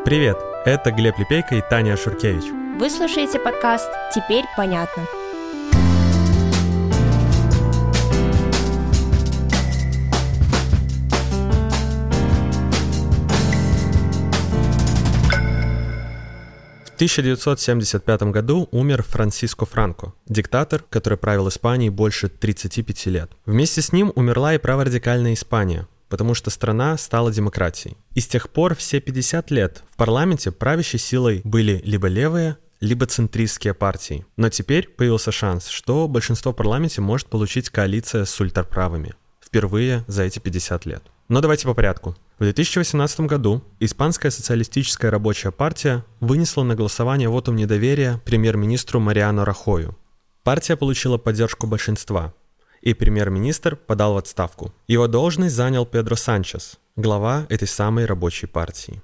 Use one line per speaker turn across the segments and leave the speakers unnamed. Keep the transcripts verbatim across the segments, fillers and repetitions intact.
Привет, это Глеб Лепейко и Таня Шуркевич.
Вы слушаете подкаст «Теперь понятно».
В тысяча девятьсот семьдесят пятом году умер Франсиско Франко, диктатор, который правил Испанией больше тридцати пяти лет. Вместе с ним умерла и праворадикальная Испания, потому что страна стала демократией. И с тех пор все пятьдесят лет в парламенте правящей силой были либо левые, либо центристские партии. Но теперь появился шанс, что большинство в парламенте может получить коалиция с ультраправыми. Впервые за эти пятьдесят лет. Но давайте по порядку. В две тысячи восемнадцатом году Испанская социалистическая рабочая партия вынесла на голосование вотум недоверия премьер-министру Мариано Рахою. Партия получила поддержку большинства, и премьер-министр подал в отставку. Его должность занял Педро Санчес, глава этой самой рабочей партии.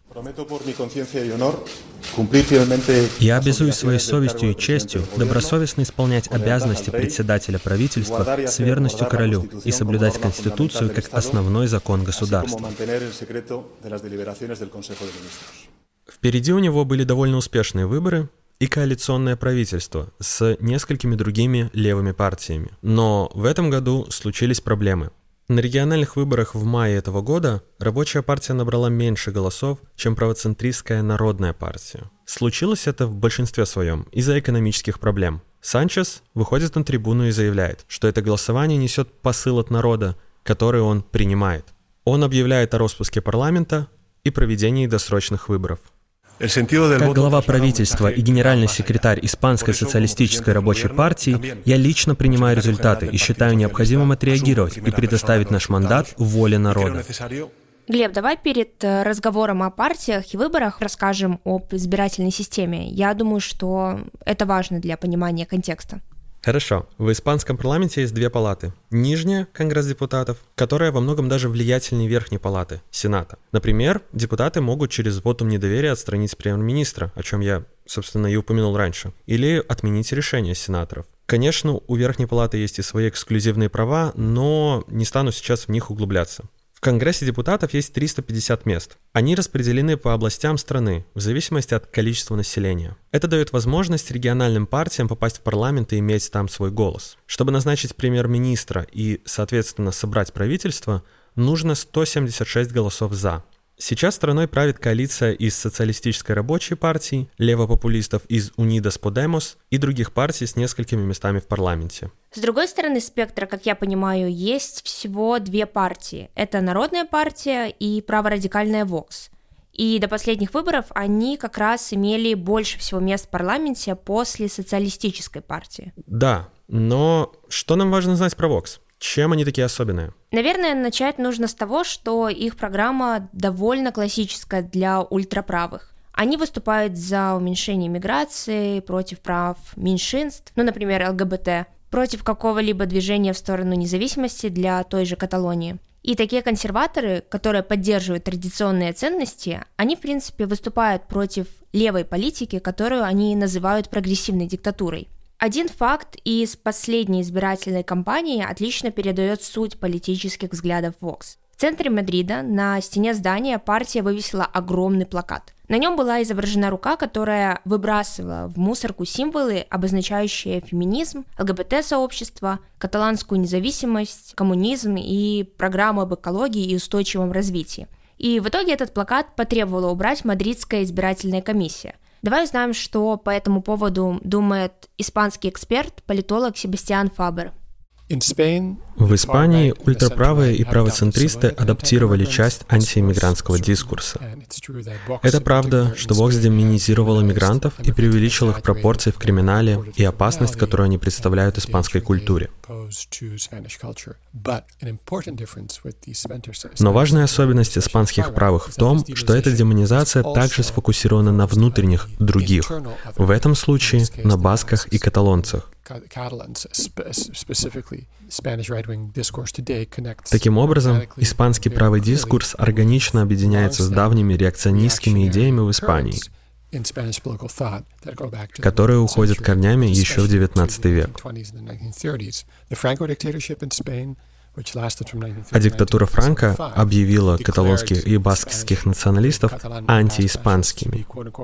Я обязуюсь своей совестью и честью добросовестно исполнять обязанности председателя правительства с верностью королю и соблюдать Конституцию как основной закон государства.
Впереди у него были довольно успешные выборы и коалиционное правительство с несколькими другими левыми партиями. Но в этом году случились проблемы. На региональных выборах в мае этого года рабочая партия набрала меньше голосов, чем правоцентристская Народная партия. Случилось это в большинстве своем из-за экономических проблем. Санчес выходит на трибуну и заявляет, что это голосование несет посыл от народа, который он принимает. Он объявляет о распуске парламента и проведении досрочных выборов.
Как глава правительства и генеральный секретарь Испанской социалистической рабочей партии, я лично принимаю результаты и считаю необходимым отреагировать и предоставить наш мандат воле народа.
Глеб, давай перед разговором о партиях и выборах расскажем об избирательной системе. Я думаю, что это важно для понимания контекста.
Хорошо. В испанском парламенте есть две палаты. Нижняя – Конгресс депутатов, которая во многом даже влиятельнее верхней палаты – Сената. Например, депутаты могут через вотум недоверия отстранить премьер-министра, о чем я, собственно, и упомянул раньше, или отменить решение сенаторов. Конечно, у верхней палаты есть и свои эксклюзивные права, но не стану сейчас в них углубляться. В Конгрессе депутатов есть триста пятьдесят мест. Они распределены по областям страны, в зависимости от количества населения. Это дает возможность региональным партиям попасть в парламент и иметь там свой голос. Чтобы назначить премьер-министра и, соответственно, собрать правительство, нужно сто семьдесят шесть голосов «за». Сейчас страной правит коалиция из социалистической рабочей партии, левопопулистов из Unidas Podemos и других партий с несколькими местами в парламенте.
С другой стороны спектра, как я понимаю, есть всего две партии. Это Народная партия и праворадикальная Vox. И до последних выборов они как раз имели больше всего мест в парламенте после социалистической партии.
Да, но что нам важно знать про Vox? Чем они такие особенные?
Наверное, начать нужно с того, что их программа довольно классическая для ультраправых. Они выступают за уменьшение миграции, против прав меньшинств, ну, например, эл гэ бэ тэ, против какого-либо движения в сторону независимости для той же Каталонии. И такие консерваторы, которые поддерживают традиционные ценности, они, в принципе, выступают против левой политики, которую они называют прогрессивной диктатурой. Один факт из последней избирательной кампании отлично передает суть политических взглядов Vox. В центре Мадрида на стене здания партия вывесила огромный плакат. На нем была изображена рука, которая выбрасывала в мусорку символы, обозначающие феминизм, эл гэ бэ тэ-сообщество, каталанскую независимость, коммунизм и программу об экологии и устойчивом развитии. И в итоге этот плакат потребовала убрать мадридская избирательная комиссия. Давай узнаем, что по этому поводу думает испанский эксперт, политолог Себастьян Фабер.
В Испании ультраправые и правоцентристы адаптировали часть антииммигрантского дискурса. Это правда, что Vox демонизировала мигрантов и преувеличил их пропорции в криминале и опасность, которую они представляют испанской культуре. Но важная особенность испанских правых в том, что эта демонизация также сфокусирована на внутренних, других, в этом случае на басках и каталонцах. Таким образом, испанский правый дискурс органично объединяется с давними реакционистскими идеями в Испании, которые уходят корнями еще в девятнадцатый век. А диктатура Франко объявила каталонских и баскских националистов антииспанскими.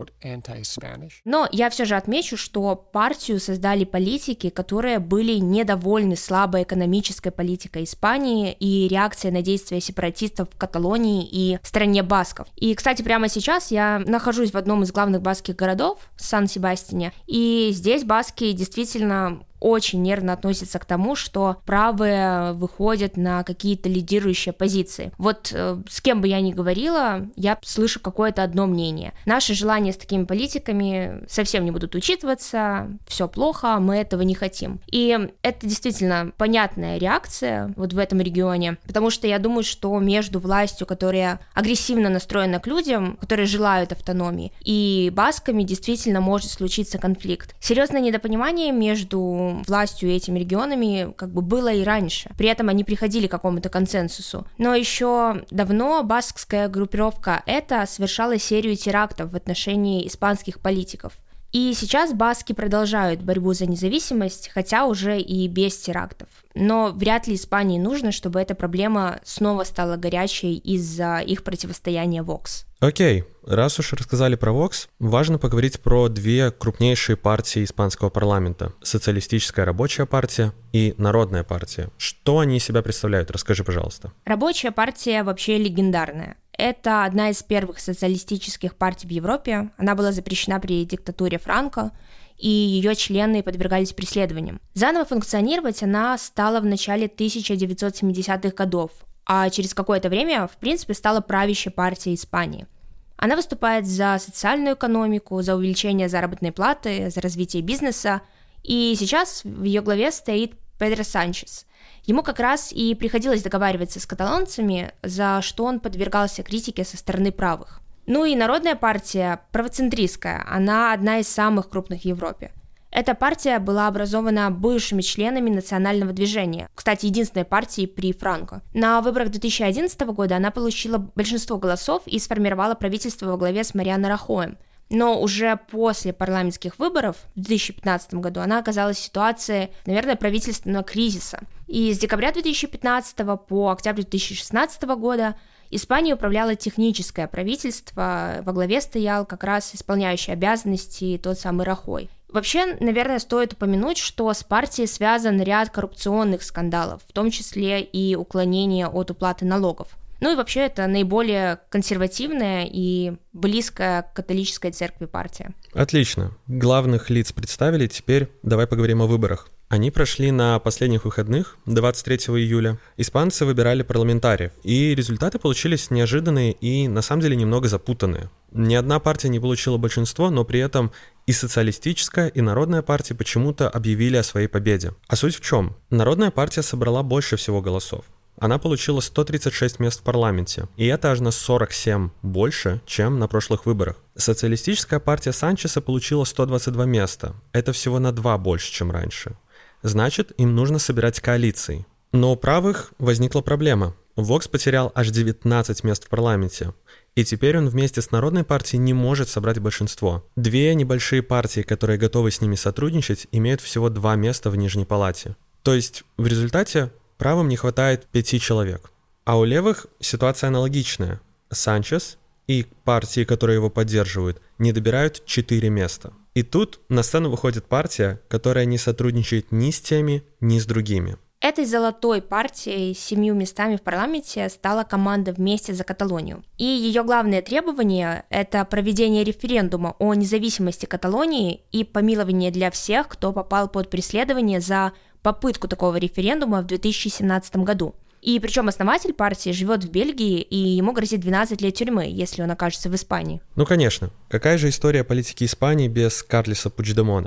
Но я все же отмечу, что партию создали политики, которые были недовольны слабой экономической политикой Испании и реакцией на действия сепаратистов в Каталонии и в стране басков. И, кстати, прямо сейчас я нахожусь в одном из главных баскских городов, Сан-Себастьяне, и здесь баски действительно очень нервно относятся к тому, что правые выходят на какие-то лидирующие позиции. Вот э, с кем бы я ни говорила, я слышу какое-то одно мнение. Наши желания с такими политиками совсем не будут учитываться, все плохо, мы этого не хотим. И это действительно понятная реакция вот в этом регионе, потому что я думаю, что между властью, которая агрессивно настроена к людям, которые желают автономии, и басками действительно может случиться конфликт. Серьезное недопонимание между властью и этими регионами как бы было и раньше. При этом они приходили к какому-то консенсусу. Но еще давно баскская группировка ЭТА совершала серию терактов в отношении испанских политиков. И сейчас баски продолжают борьбу за независимость, хотя уже и без терактов. Но вряд ли Испании нужно, чтобы эта проблема снова стала горячей из-за их противостояния Vox.
Окей, раз уж рассказали про Vox, важно поговорить про две крупнейшие партии испанского парламента. Социалистическая рабочая партия и Народная партия. Что они из себя представляют? Расскажи, пожалуйста.
Рабочая партия вообще легендарная. Это одна из первых социалистических партий в Европе. Она была запрещена при диктатуре Франко, и ее члены подвергались преследованиям. Заново функционировать она стала в начале тысяча девятьсот семидесятых годов, а через какое-то время, в принципе, стала правящей партией Испании. Она выступает за социальную экономику, за увеличение заработной платы, за развитие бизнеса, и сейчас в ее главе стоит Педро Санчес. Ему как раз и приходилось договариваться с каталонцами, за что он подвергался критике со стороны правых. Ну и Народная партия правоцентристская, она одна из самых крупных в Европе. Эта партия была образована бывшими членами национального движения, кстати, единственной партией при Франко. На выборах две тысячи одиннадцатого года она получила большинство голосов и сформировала правительство во главе с Мариано Рахоем. Но уже после парламентских выборов в две тысячи пятнадцатом году она оказалась в ситуации, наверное, правительственного кризиса. И с декабря две тысячи пятнадцатого по октябрь две тысячи шестнадцатого года Испанией управляло техническое правительство, во главе стоял как раз исполняющий обязанности тот самый Рахой. Вообще, наверное, стоит упомянуть, что с партией связан ряд коррупционных скандалов, в том числе и уклонение от уплаты налогов. Ну и вообще это наиболее консервативная и близкая к католической церкви партия.
Отлично. Главных лиц представили, теперь давай поговорим о выборах. Они прошли на последних выходных, двадцать третьего июля. Испанцы выбирали парламентариев, и результаты получились неожиданные и, на самом деле, немного запутанные. Ни одна партия не получила большинство, но при этом и социалистическая, и Народная партия почему-то объявили о своей победе. А суть в чем? Народная партия собрала больше всего голосов. Она получила сто тридцать шесть мест в парламенте, и это аж на сорок семь больше, чем на прошлых выборах. Социалистическая партия Санчеса получила сто двадцать два места, это всего на два больше, чем раньше. Значит, им нужно собирать коалиции. Но у правых возникла проблема. Vox потерял аж девятнадцать мест в парламенте, и теперь он вместе с Народной партией не может собрать большинство. Две небольшие партии, которые готовы с ними сотрудничать, имеют всего два места в Нижней палате. То есть, в результате правым не хватает пяти человек. А у левых ситуация аналогичная. Санчес и партии, которые его поддерживают, не добирают четыре места. И тут на сцену выходит партия, которая не сотрудничает ни с теми, ни с другими.
Этой золотой партией с семью местами в парламенте стала команда «Вместе за Каталонию». И ее главное требование – это проведение референдума о независимости Каталонии и помилование для всех, кто попал под преследование за попытку такого референдума в две тысячи семнадцатом году. И причем основатель партии живет в Бельгии, и ему грозит двенадцать лет тюрьмы, если он окажется в Испании.
Ну, конечно. Какая же история политики Испании без Карлеса Пучдемона?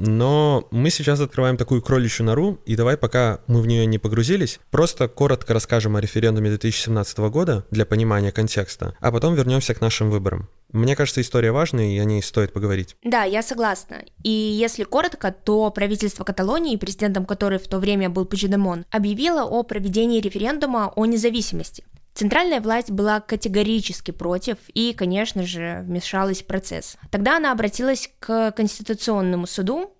Но мы сейчас открываем такую кроличью нору, и давай, пока мы в нее не погрузились, просто коротко расскажем о референдуме две тысячи семнадцатого года для понимания контекста, а потом вернемся к нашим выборам. Мне кажется, история важная, и о ней стоит поговорить.
Да, я согласна. И если коротко, то правительство Каталонии, президентом которой в то время был Пучдемон, объявило о проведении референдума о независимости. Центральная власть была категорически против и, конечно же, вмешалась в процесс. Тогда она обратилась к Конституционному суду,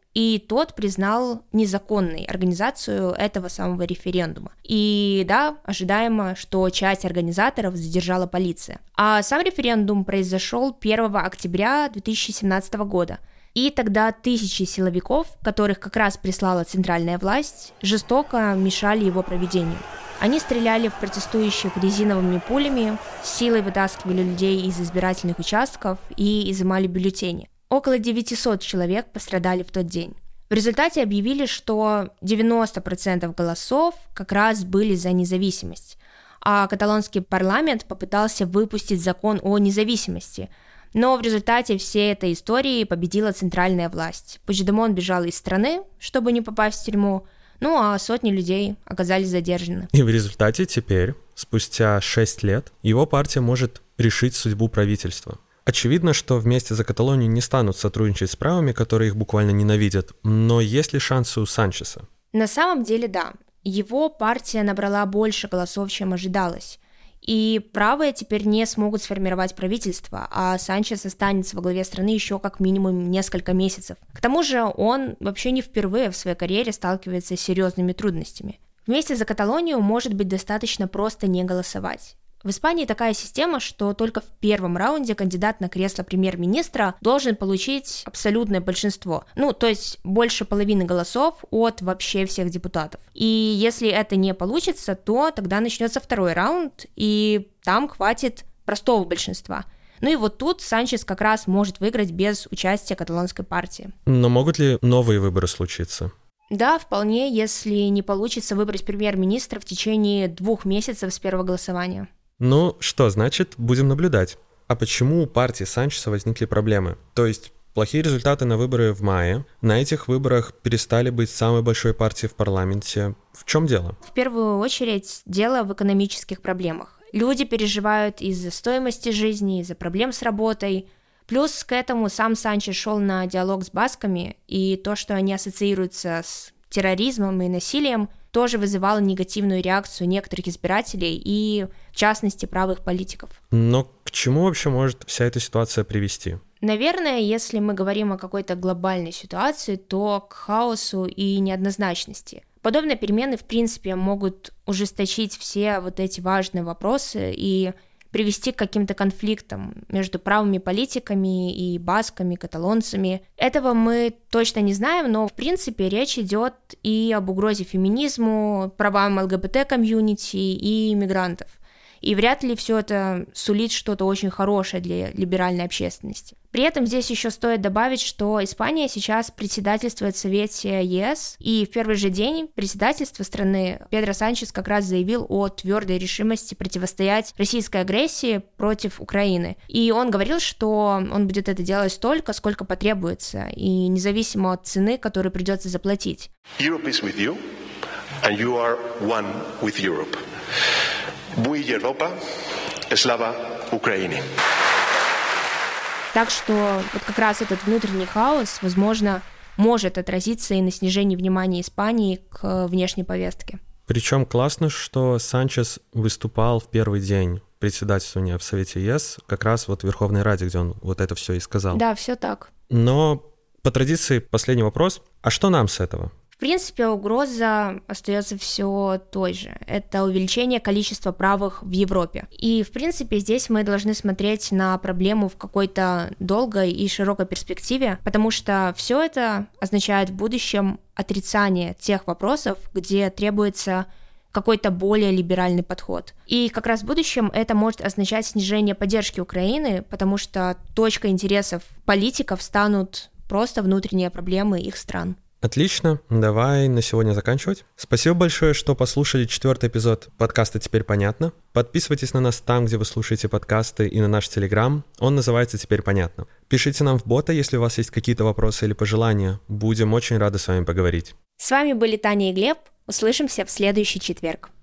и тот признал незаконной организацию этого самого референдума. И да, ожидаемо, что часть организаторов задержала полиция. А сам референдум произошел первого октября две тысячи семнадцатого года. И тогда тысячи силовиков, которых как раз прислала центральная власть, жестоко мешали его проведению. Они стреляли в протестующих резиновыми пулями, силой вытаскивали людей из избирательных участков и изымали бюллетени. Около девятьсот человек пострадали в тот день. В результате объявили, что девяносто процентов голосов как раз были за независимость, а каталонский парламент попытался выпустить закон о независимости, но в результате всей этой истории победила центральная власть. Пучдемон бежал из страны, чтобы не попасть в тюрьму, ну а сотни людей оказались задержаны.
И в результате теперь, спустя шесть лет, его партия может решить судьбу правительства. Очевидно, что вместе за Каталонию не станут сотрудничать с правыми, которые их буквально ненавидят, но есть ли шансы у Санчеса?
На самом деле да. Его партия набрала больше голосов, чем ожидалось. И правые теперь не смогут сформировать правительство, а Санчес останется во главе страны еще как минимум несколько месяцев. К тому же он вообще не впервые в своей карьере сталкивается с серьезными трудностями. Вместе за Каталонию может быть достаточно просто не голосовать. В Испании такая система, что только в первом раунде кандидат на кресло премьер-министра должен получить абсолютное большинство, ну, то есть больше половины голосов от вообще всех депутатов. И если это не получится, то тогда начнется второй раунд, и там хватит простого большинства. Ну и вот тут Санчес как раз может выиграть без участия каталонской партии.
Но могут ли новые выборы случиться?
Да, вполне, если не получится выбрать премьер-министра в течение двух месяцев с первого голосования.
Ну, что значит, будем наблюдать. А почему у партии Санчеса возникли проблемы? То есть плохие результаты на выборы в мае, на этих выборах перестали быть самой большой партией в парламенте. В чем дело?
В первую очередь дело в экономических проблемах. Люди переживают из-за стоимости жизни, из-за проблем с работой. Плюс к этому сам Санчес шел на диалог с басками, и то, что они ассоциируются с терроризмом и насилием, тоже вызывало негативную реакцию некоторых избирателей и, в частности, правых политиков.
Но к чему вообще может вся эта ситуация привести?
Наверное, если мы говорим о какой-то глобальной ситуации, то к хаосу и неоднозначности. Подобные перемены, в принципе, могут ужесточить все вот эти важные вопросы и привести к каким-то конфликтам между правыми политиками и басками, каталонцами. Этого мы точно не знаем, но в принципе речь идет и об угрозе феминизму, правам ЛГБТ-комьюнити и мигрантов. И вряд ли все это сулит что-то очень хорошее для либеральной общественности. При этом здесь еще стоит добавить, что Испания сейчас председательствует в Совете ЕС, и в первый же день председательства страны Педро Санчес как раз заявил о твердой решимости противостоять российской агрессии против Украины. И он говорил, что он будет это делать столько, сколько потребуется, и независимо от цены, которую придется заплатить.
Europe is with you, and you are one with Europe. Буй Европа, слава Украине.
Так что вот как раз этот внутренний хаос, возможно, может отразиться и на снижении внимания Испании к внешней повестке.
Причем классно, что Санчес выступал в первый день председательствования в Совете ЕС, как раз вот в Верховной Раде, где он вот это все и сказал.
Да, все так.
Но по традиции последний вопрос. А что нам с этого?
В принципе, угроза остается все той же. Это увеличение количества правых в Европе. И, в принципе, здесь мы должны смотреть на проблему в какой-то долгой и широкой перспективе, потому что все это означает в будущем отрицание тех вопросов, где требуется какой-то более либеральный подход. И как раз в будущем это может означать снижение поддержки Украины, потому что точкой интересов политиков станут просто внутренние проблемы их стран.
Отлично, давай на сегодня заканчивать. Спасибо большое, что послушали четвертый эпизод подкаста «Теперь понятно». Подписывайтесь на нас там, где вы слушаете подкасты, и на наш Телеграм. Он называется «Теперь понятно». Пишите нам в бота, если у вас есть какие-то вопросы или пожелания. Будем очень рады с вами поговорить.
С вами были Таня и Глеб. Услышимся в следующий четверг.